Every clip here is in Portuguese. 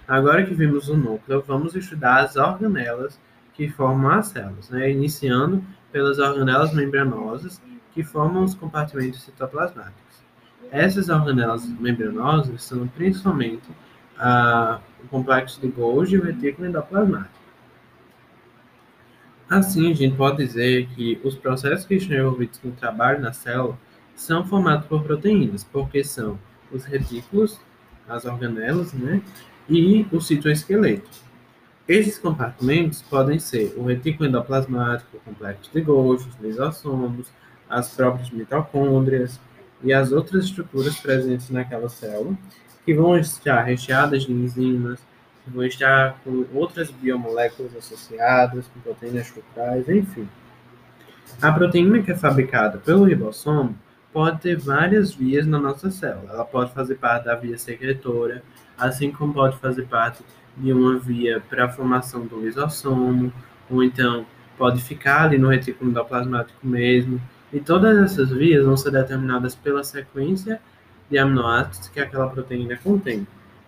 Agora que vimos o núcleo, vamos estudar as organelas que formam as células, né? Iniciando pelas organelas membranosas que formam os compartimentos citoplasmáticos. Essas organelas membranosas são principalmente o complexo de Golgi e o retículo endoplasmático. Assim, a gente pode dizer que os processos que estão envolvidos no trabalho na célula são formados por proteínas, porque são os retículos, as organelas, né, e o citoesqueleto. Esses compartimentos podem ser o retículo endoplasmático, o complexo de Golgi, os lisossomos, as próprias mitocôndrias e as outras estruturas presentes naquela célula, que vão estar recheadas de enzimas, que vão estar com outras biomoléculas associadas, com proteínas estruturais, enfim. A proteína que é fabricada pelo ribossomo pode ter várias vias na nossa célula. Ela pode fazer parte da via secretora, assim como pode fazer parte de uma via para a formação do lisossomo, ou então pode ficar ali no retículo endoplasmático mesmo. E todas essas vias vão ser determinadas pela sequência de aminoácidos que aquela proteína contém.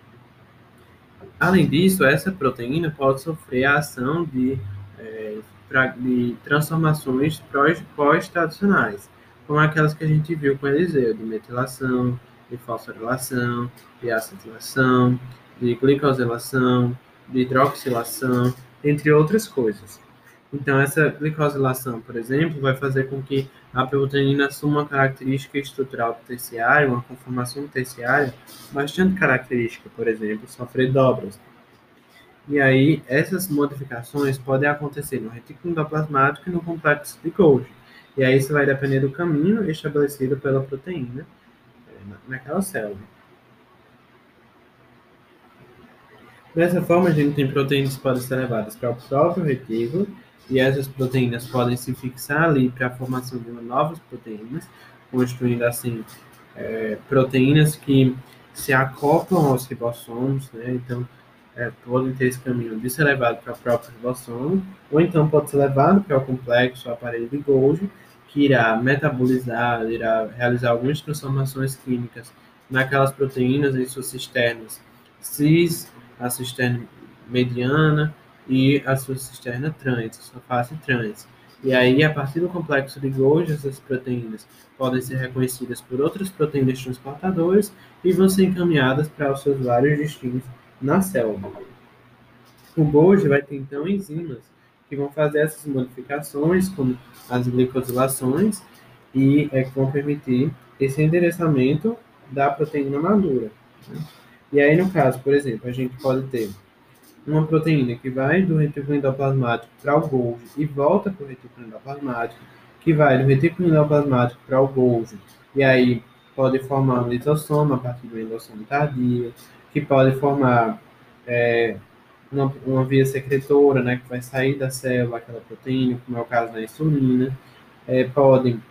Além disso, essa proteína pode sofrer a ação de transformações pós-tradicionais, como aquelas que a gente viu com Eliseu, de metilação, de fosforilação, de acetilação, de glicosilação, de hidroxilação, entre outras coisas. Então, essa glicosilação, por exemplo, vai fazer com que a proteína assuma uma característica estrutural terciária, uma conformação terciária bastante característica, por exemplo, sofrer dobras. E aí, essas modificações podem acontecer no retículo endoplasmático e no complexo de Golgi. E aí, isso vai depender do caminho estabelecido pela proteína naquela célula. Dessa forma, a gente tem proteínas que podem ser levadas para o próprio retículo, e essas proteínas podem se fixar ali para a formação de novas proteínas, constituindo, assim, proteínas que se acoplam aos ribossomos, né? Então, podem ter esse caminho de ser levado para o próprio ribossomo, ou então pode ser levado para o complexo, o aparelho de Golgi, que irá metabolizar, irá realizar algumas transformações químicas naquelas proteínas em suas cisternas cis, a cisterna mediana e a sua cisterna trans, a sua face trans. E aí, a partir do complexo de Golgi, essas proteínas podem ser reconhecidas por outras proteínas transportadoras e vão ser encaminhadas para os seus vários destinos na célula. O Golgi vai ter, então, enzimas que vão fazer essas modificações, como as glicosilações, e que vão permitir esse endereçamento da proteína madura, né? E aí, no caso, por exemplo, a gente pode ter uma proteína que vai do retículo endoplasmático para o Golgi e volta para o retículo endoplasmático, que vai do retículo endoplasmático para o Golgi, e aí pode formar um lisossomo a partir do endossomo tardio, que pode formar uma via secretora, né, que vai sair da célula aquela proteína, como é o caso da insulina, podem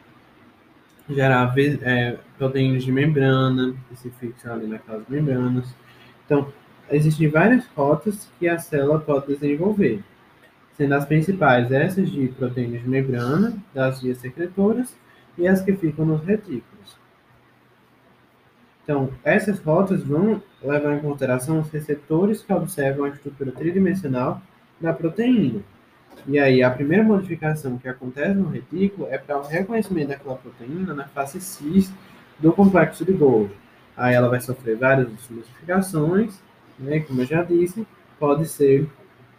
gerar proteínas de membrana, que se fixam ali naquelas membranas. Então, existem várias rotas que a célula pode desenvolver, sendo as principais essas de proteínas de membrana, das vias secretoras, e as que ficam nos retículos. Então, essas rotas vão levar em consideração os receptores que observam a estrutura tridimensional da proteína. E aí, a primeira modificação que acontece no retículo é para o reconhecimento daquela proteína na face cis do complexo de Golgi. Aí ela vai sofrer várias modificações, né, como eu já disse, pode ser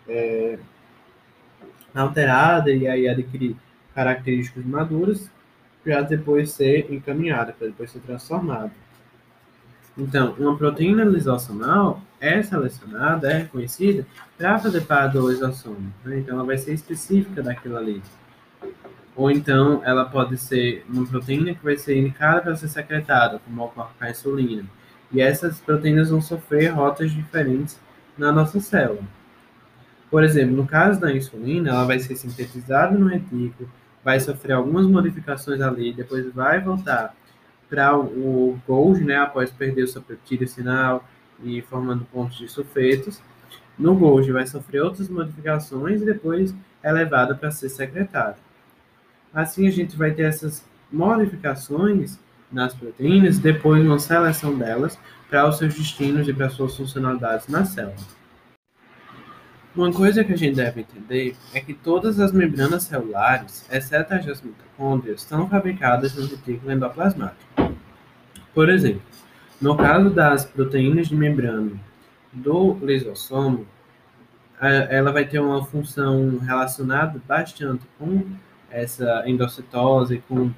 alterada e aí adquirir características maduras para depois ser encaminhada, para depois ser transformada. Então, uma proteína lisossomal é selecionada, é reconhecida para fazer parte do lisossomo, né? Então, ela vai ser específica daquilo ali. Ou então, ela pode ser uma proteína que vai ser indicada para ser secretada, como ocorre com a insulina. E essas proteínas vão sofrer rotas diferentes na nossa célula. Por exemplo, no caso da insulina, ela vai ser sintetizada no retículo, vai sofrer algumas modificações ali, depois vai voltar para o Golgi, né, após perder o seu peptídeo sinal e formando pontos de sulfetos. No Golgi vai sofrer outras modificações e depois é levada para ser secretada. Assim, a gente vai ter essas modificações nas proteínas, depois uma seleção delas, para os seus destinos e para suas funcionalidades na célula. Uma coisa que a gente deve entender é que todas as membranas celulares, exceto as das mitocôndrias, são fabricadas no retículo endoplasmático. Por exemplo, no caso das proteínas de membrana do lisossomo, ela vai ter uma função relacionada bastante com essa endocitose, com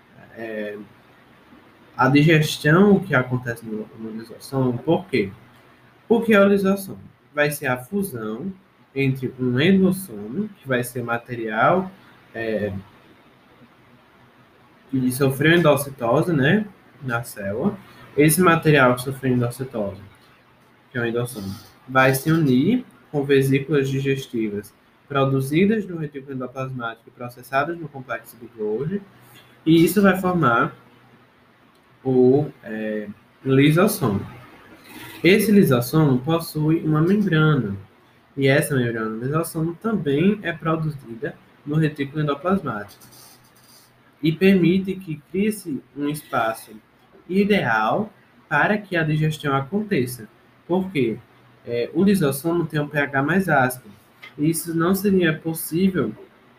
a digestão que acontece no lisossomo. Por quê? O que é o lisossomo? Vai ser a fusão entre um endossomo, que vai ser material que sofreu endocitose, né, na célula. Esse material que sofreu endocitose, que é o endossomo, vai se unir com vesículas digestivas produzidas no retículo endoplasmático e processadas no complexo de Golgi, e isso vai formar o lisossomo. Esse lisossomo possui uma membrana, e essa membrana do lisossomo também é produzida no retículo endoplasmático e permite que crie-se um espaço ideal para que a digestão aconteça. Por quê? O lisossomo tem um pH mais ácido. E isso não seria possível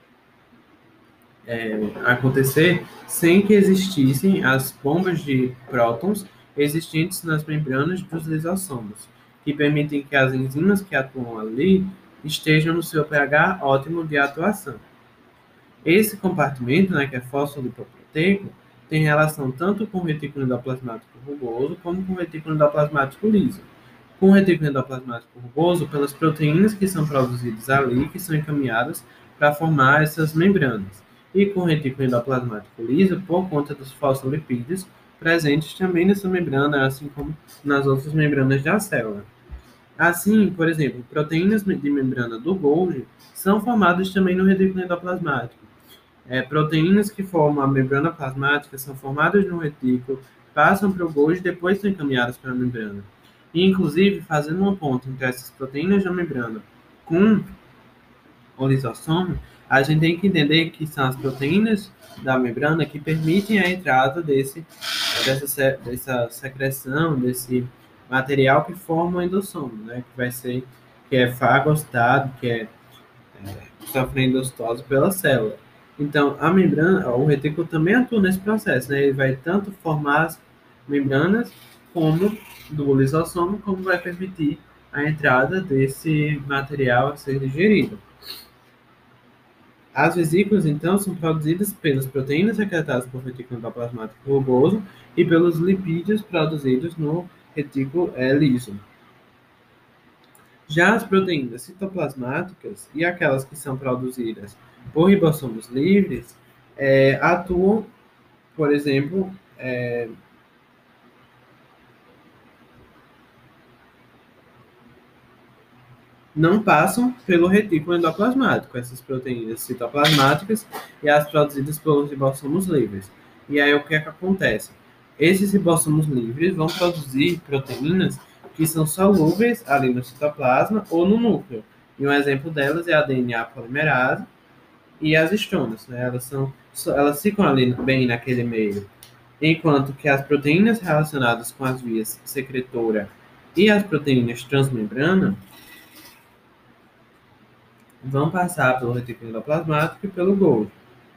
acontecer sem que existissem as bombas de prótons existentes nas membranas dos lisossomos, que permitem que as enzimas que atuam ali estejam no seu pH ótimo de atuação. Esse compartimento, né, que é fosfolipoproteico, tem relação tanto com o retículo endoplasmático rugoso como com o retículo endoplasmático liso. Com o retículo endoplasmático rugoso, pelas proteínas que são produzidas ali, que são encaminhadas para formar essas membranas. E com o retículo endoplasmático liso, por conta dos fosfolipídios presentes também nessa membrana, assim como nas outras membranas da célula. Assim, por exemplo, proteínas de membrana do Golgi são formadas também no retículo endoplasmático. Proteínas que formam a membrana plasmática são formadas no retículo, passam para o Golgi e depois são encaminhadas para a membrana. E, inclusive, fazendo uma ponte entre essas proteínas da membrana com o lisossomo, a gente tem que entender que são as proteínas da membrana que permitem a entrada dessa secreção, desse material que forma o endossomo, né? Que é fagocitado, que sofre endostose pela célula. Então, a membrana, o retículo também atua nesse processo, né? Ele vai tanto formar as membranas como do lisossomo, como vai permitir a entrada desse material a ser digerido. As vesículas, então, são produzidas pelas proteínas secretadas pelo retículo endoplasmático rugoso e pelos lipídios produzidos no retículo liso. Já as proteínas citoplasmáticas e aquelas que são produzidas por ribossomos livres atuam, por exemplo, não passam pelo retículo endoplasmático, essas proteínas citoplasmáticas e as produzidas pelos ribossomos livres. E aí o que é que acontece? Esses ribossomos livres vão produzir proteínas que são solúveis ali no citoplasma ou no núcleo. E um exemplo delas é a DNA polimerase e as histonas, né? Elas ficam ali bem naquele meio. Enquanto que as proteínas relacionadas com as vias secretora e as proteínas transmembrana vão passar pelo retículo endoplasmático e pelo Golgi.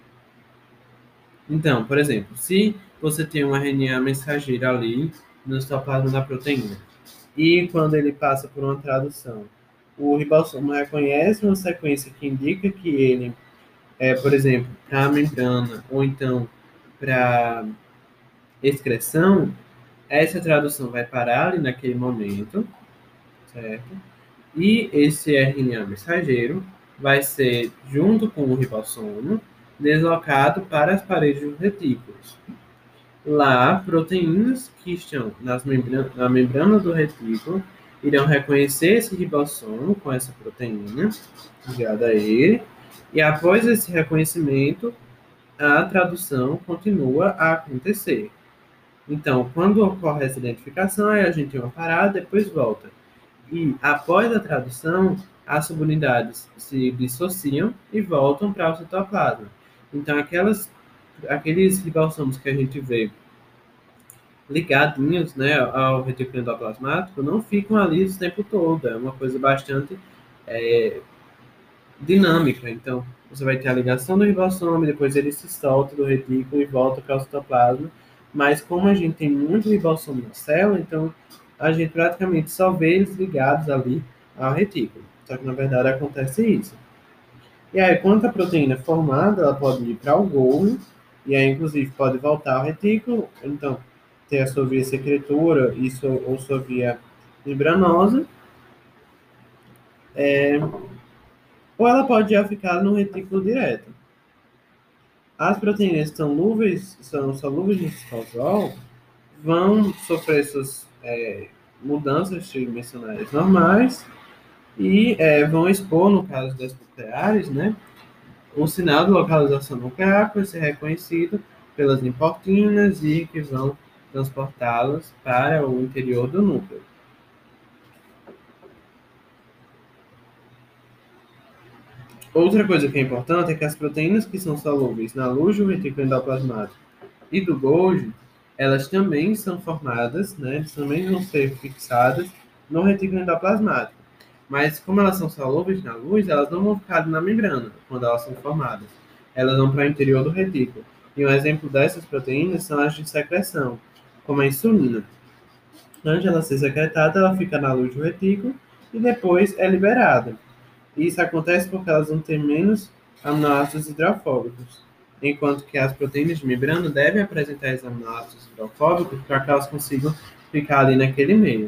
Então, por exemplo, se você tem um RNA mensageiro ali no citoplasma da proteína, e quando ele passa por uma tradução, o ribossomo reconhece uma sequência que indica que ele por exemplo, para a membrana ou então para excreção, essa tradução vai parar ali naquele momento, certo? E esse RNA mensageiro vai ser, junto com o ribossomo, deslocado para as paredes dos retículos. Lá, proteínas que estão na membrana do retículo irão reconhecer esse ribossomo com essa proteína ligada a ele, e após esse reconhecimento, a tradução continua a acontecer. Então, quando ocorre essa identificação, aí a gente tem uma parada, depois volta. E após a tradução, as subunidades se dissociam e voltam para o citoplasma. Então, aqueles ribossomos que a gente vê ligadinhos, né, ao retículo endoplasmático, não ficam ali o tempo todo. É uma coisa bastante dinâmica. Então, você vai ter a ligação do ribossoma, depois ele se solta do retículo e volta para o citoplasma. Mas como a gente tem muito ribossoma na célula, então a gente praticamente só vê eles ligados ali ao retículo. Só que na verdade acontece isso. E aí, quando a proteína é formada, ela pode ir para o Golgi, e aí, inclusive, pode voltar ao retículo, então, ter a sua via secretora isso, ou sua via membranosa, ou ela pode já ficar no retículo direto. As proteínas que são solúveis no citosol, vão sofrer essas mudanças tridimensionais normais e vão expor, no caso das nucleares, né, o sinal de localização nuclear vai ser reconhecido pelas lipoproteínas e que vão transportá-las para o interior do núcleo. Outra coisa que é importante é que as proteínas que são solúveis na luz do retículo endoplasmático e do Golgi, elas também são formadas, né, elas também vão ser fixadas no retículo endoplasmático. Mas como elas são solúveis na luz, elas não vão ficar na membrana quando elas são formadas. Elas vão para o interior do retículo. E um exemplo dessas proteínas são as de secreção, como a insulina. Antes de ela ser secretada, ela fica na luz do retículo e depois é liberada. Isso acontece porque elas vão ter menos aminoácidos hidrofóbicos, enquanto que as proteínas de membrana devem apresentar esses aminoácidos hidrofóbicos para que elas consigam ficar ali naquele meio.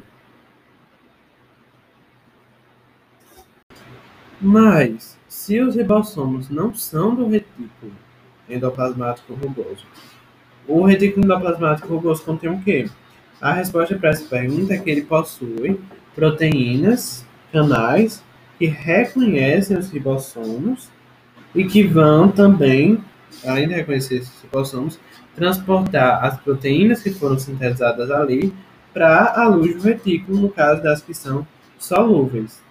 Mas, se os ribossomos não são do retículo endoplasmático rugoso, o retículo endoplasmático rugoso contém o quê? A resposta para essa pergunta é que ele possui proteínas, canais, que reconhecem os ribossomos e que vão também, além de reconhecer esses ribossomos, transportar as proteínas que foram sintetizadas ali para a luz do retículo, no caso das que são solúveis.